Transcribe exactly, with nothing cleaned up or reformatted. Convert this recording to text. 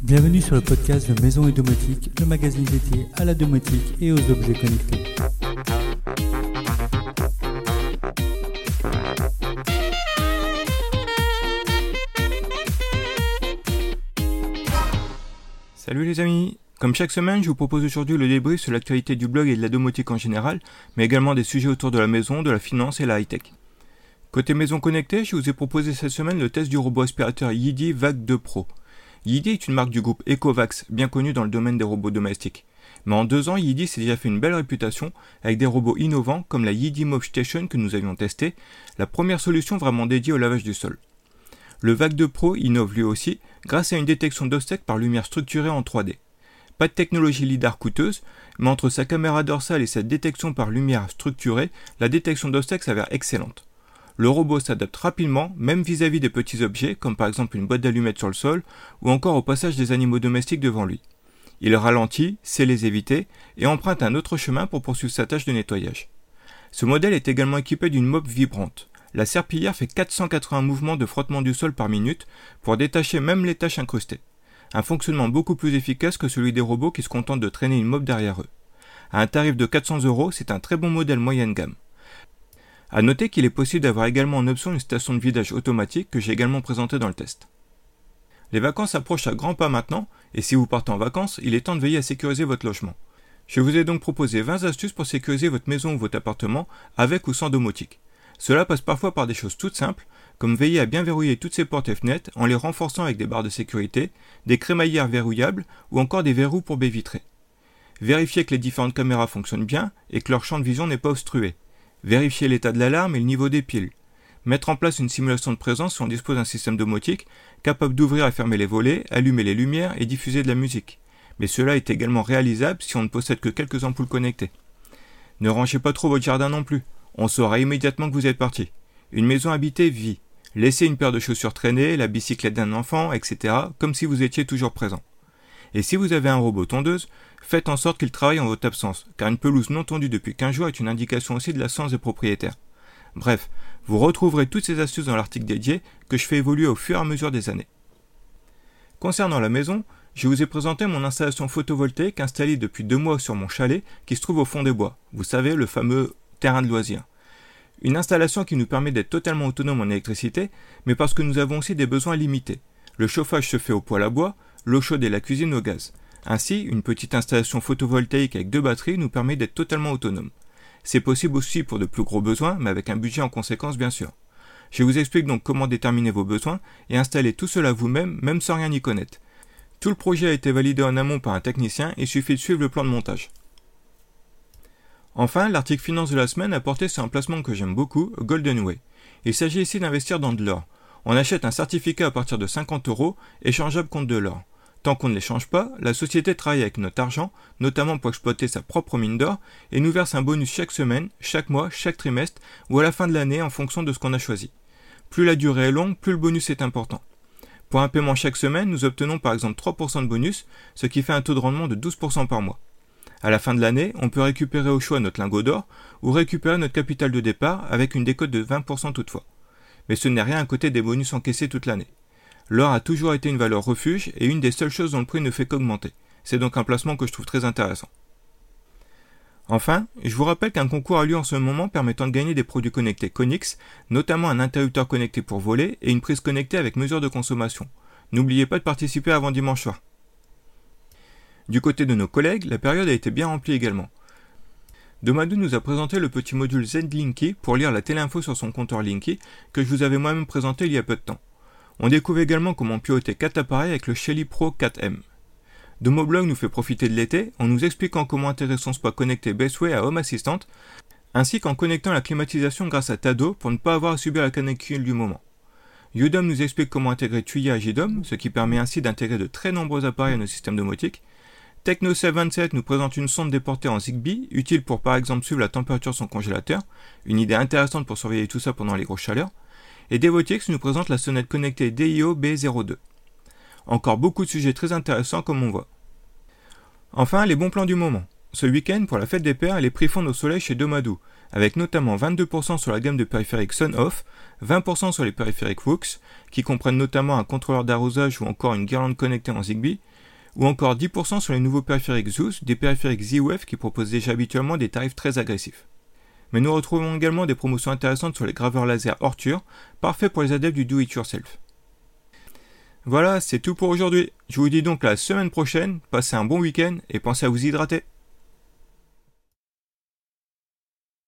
Bienvenue sur le podcast de Maison et Domotique, le magazine dédié à la domotique et aux objets connectés. Salut les amis! Comme chaque semaine, je vous propose aujourd'hui le débrief sur l'actualité du blog et de la domotique en général, mais également des sujets autour de la maison, de la finance et la high-tech. Côté maison connectée, je vous ai proposé cette semaine le test du robot aspirateur Yidi Vac deux Pro. Yidi est une marque du groupe Ecovacs, bien connue dans le domaine des robots domestiques. Mais en deux ans, Yidi s'est déjà fait une belle réputation avec des robots innovants comme la Yidi Mop Station que nous avions testé, la première solution vraiment dédiée au lavage du sol. Le Vac deux Pro innove lui aussi grâce à une détection d'obstacles par lumière structurée en trois D. Pas de technologie lidar coûteuse, mais entre sa caméra dorsale et sa détection par lumière structurée, la détection d'obstacles s'avère excellente. Le robot s'adapte rapidement, même vis-à-vis des petits objets, comme par exemple une boîte d'allumettes sur le sol, ou encore au passage des animaux domestiques devant lui. Il ralentit, sait les éviter, et emprunte un autre chemin pour poursuivre sa tâche de nettoyage. Ce modèle est également équipé d'une mop vibrante. La serpillière fait quatre cent quatre-vingts mouvements de frottement du sol par minute pour détacher même les taches incrustées. Un fonctionnement beaucoup plus efficace que celui des robots qui se contentent de traîner une mop derrière eux. À un tarif de quatre cents euros, c'est un très bon modèle moyenne gamme. A noter qu'il est possible d'avoir également en option une station de vidage automatique que j'ai également présentée dans le test. Les vacances approchent à grands pas maintenant, et si vous partez en vacances, il est temps de veiller à sécuriser votre logement. Je vous ai donc proposé vingt astuces pour sécuriser votre maison ou votre appartement avec ou sans domotique. Cela passe parfois par des choses toutes simples, comme veiller à bien verrouiller toutes ses portes et fenêtres en les renforçant avec des barres de sécurité, des crémaillères verrouillables ou encore des verrous pour baies vitrées. Vérifier que les différentes caméras fonctionnent bien et que leur champ de vision n'est pas obstrué. Vérifier l'état de l'alarme et le niveau des piles. Mettre en place une simulation de présence si on dispose d'un système domotique capable d'ouvrir et fermer les volets, allumer les lumières et diffuser de la musique. Mais cela est également réalisable si on ne possède que quelques ampoules connectées. Ne rangez pas trop votre jardin non plus. On saura immédiatement que vous êtes parti. Une maison habitée vit. Laissez une paire de chaussures traîner, la bicyclette d'un enfant, et cetera, comme si vous étiez toujours présent. Et si vous avez un robot tondeuse, faites en sorte qu'il travaille en votre absence, car une pelouse non tondue depuis quinze jours est une indication aussi de l'absence des propriétaires. Bref, vous retrouverez toutes ces astuces dans l'article dédié que je fais évoluer au fur et à mesure des années. Concernant la maison, je vous ai présenté mon installation photovoltaïque installée depuis deux mois sur mon chalet qui se trouve au fond des bois, vous savez, le fameux terrain de loisirs. Une installation qui nous permet d'être totalement autonome en électricité, mais parce que nous avons aussi des besoins limités. Le chauffage se fait au poêle à bois, l'eau chaude et la cuisine au gaz. Ainsi, une petite installation photovoltaïque avec deux batteries nous permet d'être totalement autonome. C'est possible aussi pour de plus gros besoins, mais avec un budget en conséquence bien sûr. Je vous explique donc comment déterminer vos besoins et installer tout cela vous-même, même sans rien y connaître. Tout le projet a été validé en amont par un technicien, il suffit de suivre le plan de montage. Enfin, l'article finance de la semaine a porté sur un placement que j'aime beaucoup, Goldenway. Il s'agit ici d'investir dans de l'or. On achète un certificat à partir de cinquante euros, échangeable contre de l'or. Tant qu'on ne l'échange pas, la société travaille avec notre argent, notamment pour exploiter sa propre mine d'or, et nous verse un bonus chaque semaine, chaque mois, chaque trimestre, ou à la fin de l'année en fonction de ce qu'on a choisi. Plus la durée est longue, plus le bonus est important. Pour un paiement chaque semaine, nous obtenons par exemple trois pour cent de bonus, ce qui fait un taux de rendement de douze pour cent par mois. À la fin de l'année, on peut récupérer au choix notre lingot d'or ou récupérer notre capital de départ avec une décote de vingt pour cent toutefois. Mais ce n'est rien à côté des bonus encaissés toute l'année. L'or a toujours été une valeur refuge et une des seules choses dont le prix ne fait qu'augmenter. C'est donc un placement que je trouve très intéressant. Enfin, je vous rappelle qu'un concours a lieu en ce moment permettant de gagner des produits connectés Konix, notamment un interrupteur connecté pour voler et une prise connectée avec mesure de consommation. N'oubliez pas de participer avant dimanche soir. Du côté de nos collègues, la période a été bien remplie également. Domadou nous a présenté le petit module Z-Linky pour lire la téléinfo sur son compteur Linky que je vous avais moi-même présenté il y a peu de temps. On découvre également comment piloter quatre appareils avec le Shelly Pro quatre M. Domoblog nous fait profiter de l'été en nous expliquant comment intégrer son spa connecté Bestway à Home Assistant, ainsi qu'en connectant la climatisation grâce à Tado pour ne pas avoir à subir la canicule du moment. Udom nous explique comment intégrer Tuya à J-Dom, ce qui permet ainsi d'intégrer de très nombreux appareils à nos systèmes domotiques. Techno sept vingt-sept nous présente une sonde déportée en Zigbee, utile pour par exemple suivre la température de son congélateur, une idée intéressante pour surveiller tout ça pendant les grosses chaleurs. Et Devotix nous présente la sonnette connectée D I O B zéro deux. Encore beaucoup de sujets très intéressants comme on voit. Enfin, les bons plans du moment. Ce week-end, pour la fête des pères, les prix fondent au soleil chez Domadou. avec notamment vingt-deux pour cent sur la gamme de périphériques Sonoff, vingt pour cent sur les périphériques Wux, qui comprennent notamment un contrôleur d'arrosage ou encore une guirlande connectée en Zigbee, ou encore dix pour cent sur les nouveaux périphériques Zeus, des périphériques Z-Wave qui proposent déjà habituellement des tarifs très agressifs. Mais nous retrouvons également des promotions intéressantes sur les graveurs laser Ortur, parfaits pour les adeptes du do-it-yourself. Voilà, c'est tout pour aujourd'hui. Je vous dis donc à la semaine prochaine, passez un bon week-end et pensez à vous hydrater.